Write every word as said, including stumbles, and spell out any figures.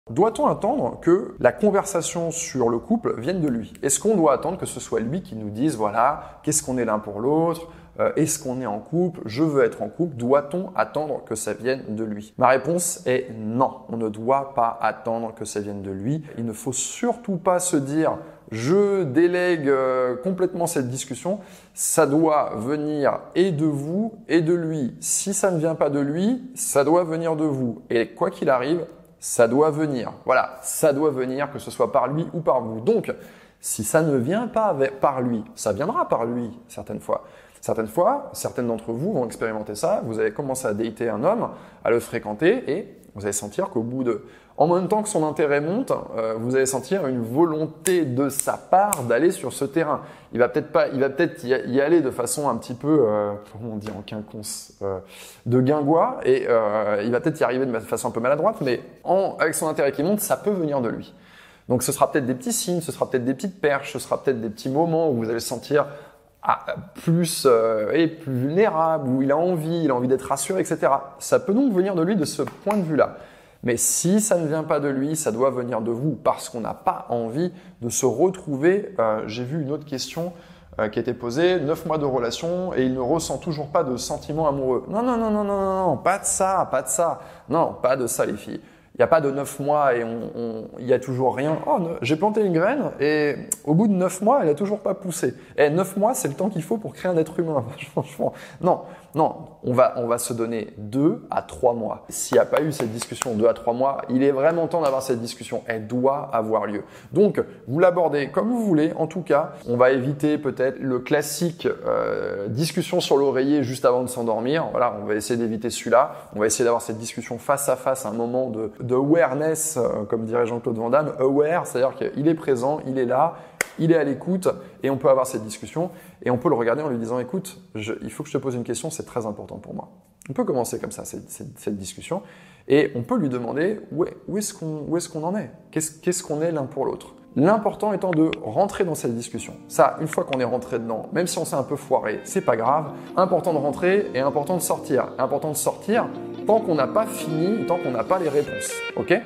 Doit-on attendre que la conversation sur le couple vienne de lui? Est-ce qu'on doit attendre que ce soit lui qui nous dise, voilà, qu'est-ce qu'on est l'un pour l'autre? Euh, Est-ce qu'on est en couple? Je veux être en couple. Doit-on attendre que ça vienne de lui? Ma réponse est non. On ne doit pas attendre que ça vienne de lui. Il ne faut surtout pas se dire je délègue euh, complètement cette discussion. Ça doit venir et de vous et de lui. Si ça ne vient pas de lui, ça doit venir de vous. Et quoi qu'il arrive, ça doit venir. Voilà, ça doit venir, que ce soit par lui ou par vous. Donc, si ça ne vient pas avec, par lui, ça viendra par lui certaines fois. Certaines fois, certaines d'entre vous vont expérimenter ça. Vous allez commencer à dater un homme, à le fréquenter et vous allez sentir qu'au bout de… En même temps que son intérêt monte, euh, vous allez sentir une volonté de sa part d'aller sur ce terrain. Il va peut-être pas, il va peut-être y aller de façon un petit peu, euh, comment on dit en quinconce, euh, de guingois et euh, il va peut-être y arriver de façon un peu maladroite, mais en, avec son intérêt qui monte, ça peut venir de lui. Donc ce sera peut-être des petits signes, ce sera peut-être des petites perches, ce sera peut-être des petits moments où vous allez sentir ah, plus euh, et plus vulnérable, où il a envie, il a envie d'être rassuré, et cetera. Ça peut donc venir de lui de ce point de vue-là. Mais si ça ne vient pas de lui, ça doit venir de vous parce qu'on n'a pas envie de se retrouver. Euh, j'ai vu une autre question euh, qui était posée, neuf mois de relation et il ne ressent toujours pas de sentiments amoureux. Non, non, non, non, non, non, non, pas de ça, pas de ça. Non, pas de ça les filles. Il n'y a pas de neuf mois et on, on, il n'y a toujours rien. Oh, j'ai planté une graine et au bout de neuf mois, elle n'a toujours pas poussé. Et neuf mois, c'est le temps qu'il faut pour créer un être humain. Franchement, non, non, on va, on va se donner deux à trois mois. S'il n'y a pas eu cette discussion deux à trois mois, il est vraiment temps d'avoir cette discussion. Elle doit avoir lieu. Donc, vous l'abordez comme vous voulez. En tout cas, on va éviter peut-être le classique euh, discussion sur l'oreiller juste avant de s'endormir. Voilà, on va essayer d'éviter celui-là. On va essayer d'avoir cette discussion face à face, un moment de de awareness, euh, comme dirait Jean-Claude Van Damme, aware, c'est-à-dire qu'il est présent, il est là, il est à l'écoute et on peut avoir cette discussion et on peut le regarder en lui disant écoute, je, il faut que je te pose une question, c'est très important pour moi. On peut commencer comme ça cette, cette, cette discussion et on peut lui demander où, est, où est-ce qu'on où est-ce qu'on en est, qu'est-ce, qu'est-ce qu'on est l'un pour l'autre. L'important étant de rentrer dans cette discussion. Ça, une fois qu'on est rentré dedans, même si on s'est un peu foiré, c'est pas grave. Important de rentrer et important de sortir. Important de sortir tant qu'on n'a pas fini, tant qu'on n'a pas les réponses. Ok ?